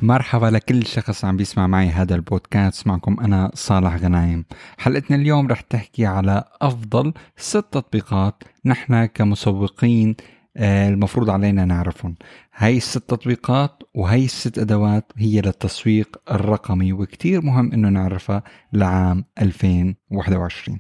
مرحبا لكل شخص عم بيسمع معي هذا البودكاست. معكم أنا صالح غنايم. حلقتنا اليوم رح تحكي على أفضل 6 تطبيقات نحن كمسوقين المفروض علينا نعرفهم. هاي 6 تطبيقات وهي 6 أدوات هي للتسويق الرقمي، وكتير مهم إنه نعرفها لعام 2021.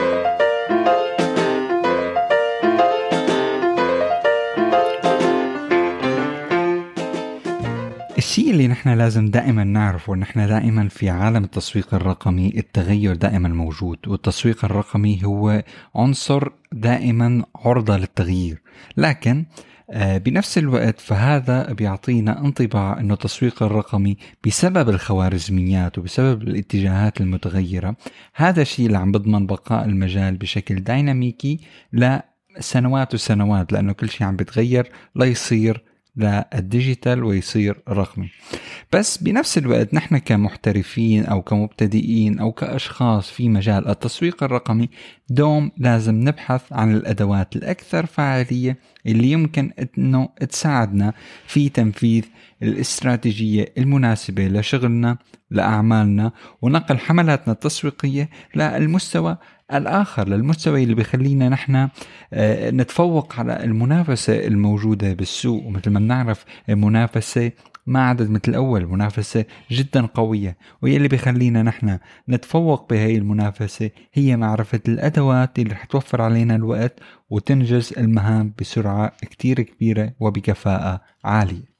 الشيء اللي نحن لازم دائما نعرفه، نحن دائما في عالم التسويق الرقمي التغير دائما موجود، والتسويق الرقمي هو عنصر دائما عرضة للتغيير، لكن بنفس الوقت فهذا بيعطينا انطباع انه التسويق الرقمي بسبب الخوارزميات وبسبب الاتجاهات المتغيرة، هذا الشيء اللي عم بضمن بقاء المجال بشكل ديناميكي لسنوات وسنوات، لانه كل شيء عم بيتغير ليصير للديجيتال ويصير رقمي. بس بنفس الوقت نحن كمحترفين أو كمبتدئين أو كأشخاص في مجال التسويق الرقمي دوم لازم نبحث عن الأدوات الأكثر فعالية اللي يمكن أنه تساعدنا في تنفيذ الاستراتيجية المناسبة لشغلنا لأعمالنا ونقل حملاتنا التسويقية للمستوى الآخر، للمستوى اللي بيخلينا نحن نتفوق على المنافسة الموجودة بالسوق. ومثل ما نعرف المنافسة ما عدد مثل الأول، منافسة جدا قوية، واللي بيخلينا نحن نتفوق بهاي المنافسة هي معرفة الأدوات اللي رح توفر علينا الوقت وتنجز المهام بسرعة كتير كبيرة وبكفاءة عالية.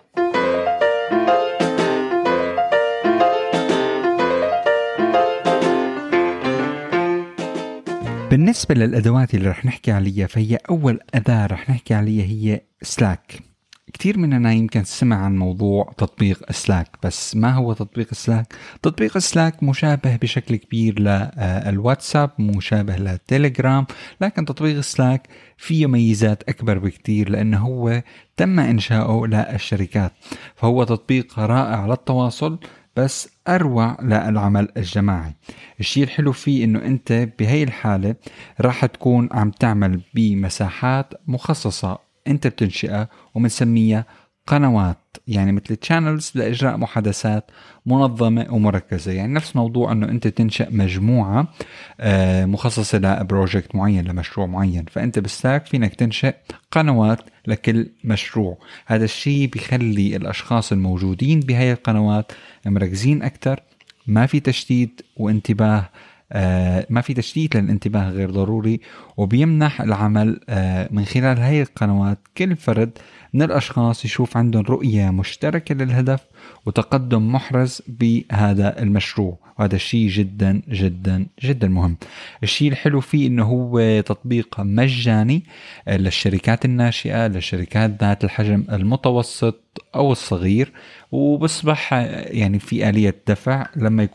بالنسبة للأدوات اللي رح نحكي عليها، فهي أول أداة رح نحكي عليها هي سلاك. كتير مننا يمكن سمع عن موضوع تطبيق سلاك، بس ما هو تطبيق سلاك؟ تطبيق سلاك مشابه بشكل كبير للواتساب، مشابه للتليجرام، لكن تطبيق سلاك فيه ميزات أكبر بكتير لأنه هو تم إنشاؤه للشركات، فهو تطبيق رائع للتواصل بس أروع للعمل الجماعي. الشيء الحلو فيه إنه أنت بهاي الحالة راح تكون عم تعمل بمساحات مخصصة أنت بتنشئها ومنسميها قنوات، يعني مثل channels لإجراء محادثات منظمة ومركزة. يعني نفس موضوع أنه أنت تنشأ مجموعة مخصصة لبروجكت معين، لمشروع معين، فأنت بسلاك فينك تنشأ قنوات لكل مشروع. هذا الشيء بيخلي الأشخاص الموجودين بهاي القنوات مركزين أكتر، ما في تشتيت وانتباه، ما في تشتيت للانتباه غير ضروري، وبيمنح العمل من خلال هاي القنوات كل فرد من الأشخاص يشوف عندهم رؤية مشتركة للهدف وتقدم محرز بهذا المشروع، وهذا الشيء جدا جدا جدا مهم. الشيء الحلو فيه إنه هو تطبيق مجاني للشركات الناشئة، للشركات ذات الحجم المتوسط أو الصغير، وبصبح يعني في آلية دفع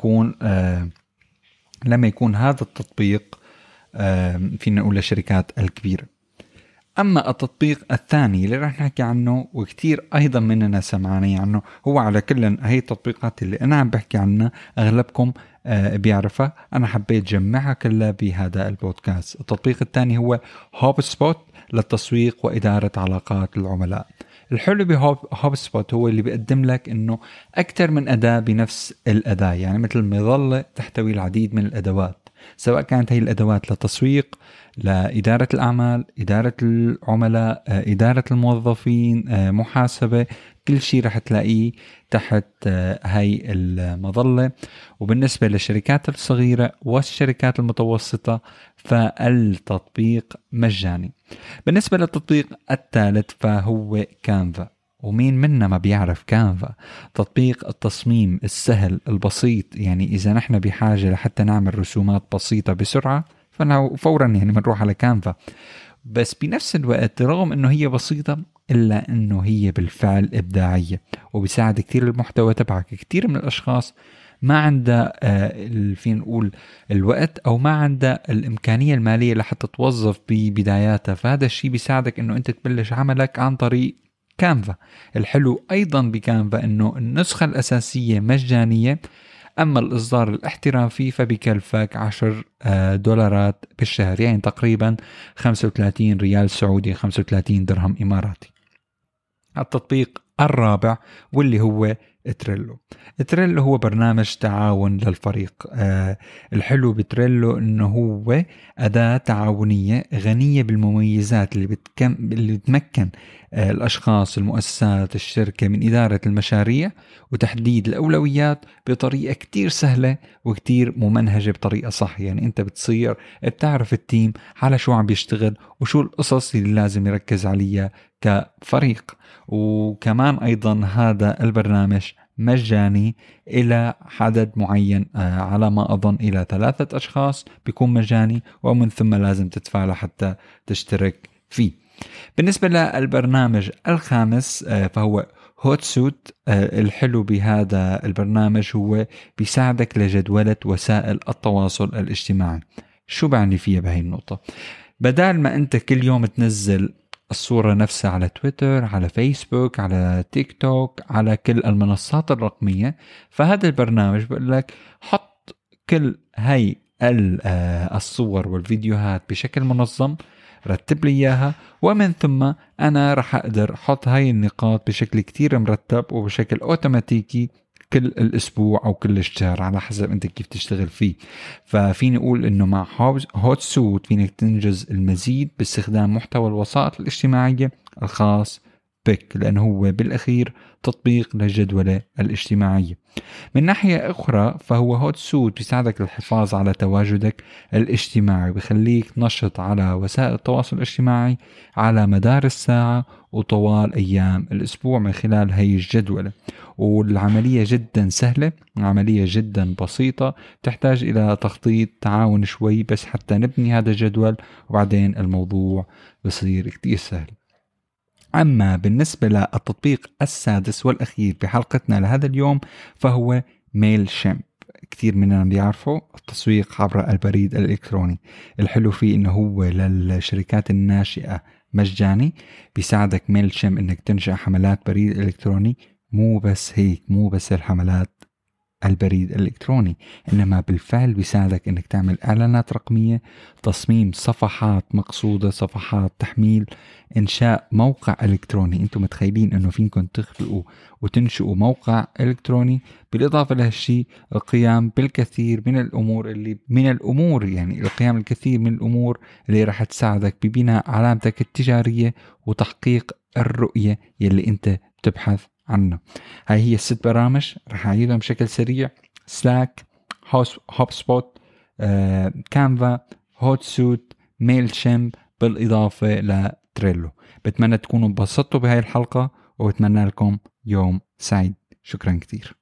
لما يكون هذا التطبيق فينا نقول للشركات الكبيرة. أما التطبيق الثاني اللي رح نحكي عنه وكتير أيضا مننا سمعاني عنه، هو على كل هي التطبيقات اللي أنا عم بحكي عنها أغلبكم بيعرفها، أنا حبيت جمعها كلها بهذا البودكاست. التطبيق الثاني هو HubSpot للتسويق وإدارة علاقات العملاء. الحلو بHubSpot هو اللي بيقدم لك إنه أكثر من أداة بنفس الأداة، يعني مثل مظلة تحتوي العديد من الأدوات، سواء كانت هي الأدوات للتسويق، لإدارة الأعمال، إدارة العملاء، إدارة الموظفين، محاسبة، كل شيء رح تلاقيه تحت هاي المظلة. وبالنسبة للشركات الصغيرة والشركات المتوسطة فالتطبيق مجاني. بالنسبة للتطبيق الثالث فهو كانفا. ومين منا ما بيعرف كانفا؟ تطبيق التصميم السهل البسيط، يعني إذا نحن بحاجة لحتى نعمل رسومات بسيطة بسرعة فورا يعني بنروح على كانفا. بس بنفس الوقت رغم انه هي بسيطة الا انه هي بالفعل ابداعية وبيساعد كتير المحتوى تبعك. كتير من الاشخاص ما عنده فين نقول الوقت او ما عنده الامكانية المالية لحتى توظف ببداياتها، فهذا الشيء بيساعدك انه انت تبلش عملك عن طريق كانفا. الحلو ايضا بكانفا انه النسخة الاساسية مجانية، أما الإصدار الاحترافي فبكلفك $10 بالشهر، يعني تقريبا 35 ريال سعودي، 35 درهم إماراتي. التطبيق الرابع واللي هو تريلو هو برنامج تعاون للفريق. الحلو بتريلو انه هو أداة تعاونية غنية بالمميزات اللي بتمكن الأشخاص، المؤسسات، الشركة من إدارة المشاريع وتحديد الأولويات بطريقة كتير سهلة وكتير ممنهجة بطريقة صح. يعني أنت بتصير بتعرف التيم على شو عم بيشتغل وشو القصص اللي لازم يركز عليها كفريق. وكمان أيضا هذا البرنامج مجاني إلى عدد معين، على ما أظن إلى 3 أشخاص بيكون مجاني، ومن ثم لازم تدفع لحتى تشترك فيه. بالنسبة للبرنامج الخامس فهو هوتسوت. الحلو بهذا البرنامج هو بيساعدك لجدولة وسائل التواصل الاجتماعي. شو بعني فيها بهي النقطة؟ بدال ما أنت كل يوم تنزل الصورة نفسها على تويتر، على فيسبوك، على تيك توك، على كل المنصات الرقمية، فهذا البرنامج بقول لك حط كل هاي الصور والفيديوهات بشكل منظم، رتب لي إياها، ومن ثم أنا رح أقدر أحط هاي النقاط بشكل كتير مرتب وبشكل أوتوماتيكي كل الأسبوع أو كل الشهر على حسب أنت كيف تشتغل فيه. ففيني أقول إنه مع هوتسوت فينك تنجز المزيد باستخدام محتوى الوسائط الاجتماعية الخاص بك، لأنه هو بالأخير تطبيق للجدولة الاجتماعية. من ناحية أخرى فهو هوتسوت بيساعدك للحفاظ على تواجدك الاجتماعي، بخليك نشط على وسائل التواصل الاجتماعي على مدار الساعة وطوال أيام الأسبوع من خلال هاي الجدولة. والعملية جدا سهلة، عملية جدا بسيطة، تحتاج إلى تخطيط تعاون شوي بس حتى نبني هذا الجدول، وبعدين الموضوع بصير كتير سهل. أما بالنسبة للتطبيق السادس والأخير بحلقتنا لهذا اليوم فهو ميل شيمب. كتير مننا بيعرفوا التسويق عبر البريد الإلكتروني. الحلو فيه إنه هو للشركات الناشئة مجاني، بيساعدك ميل شيمب إنك تنشأ حملات بريد إلكتروني. مو بس هيك، مو بس الحملات البريد الإلكتروني، إنما بالفعل بيساعدك إنك تعمل إعلانات رقمية، تصميم صفحات مقصودة، صفحات تحميل، إنشاء موقع إلكتروني. أنتم متخيلين إنه فينكم تخلقوا وتنشئوا موقع إلكتروني، بالإضافة لهالشيء القيام بالكثير من الأمور يعني القيام الكثير من الأمور اللي راح تساعدك ببناء علامتك التجارية وتحقيق الرؤية يلي أنت تبحث عنه. هاي هي 6 برامج رح أعيدهم بشكل سريع: سلاك، هوب سبوت، كانفا، هوتسوت، ميل شيمب، بالإضافة لتريلو. بتمنى تكونوا انبسطتوا بهاي الحلقة، وبتمنى لكم يوم سعيد. شكرا كتير.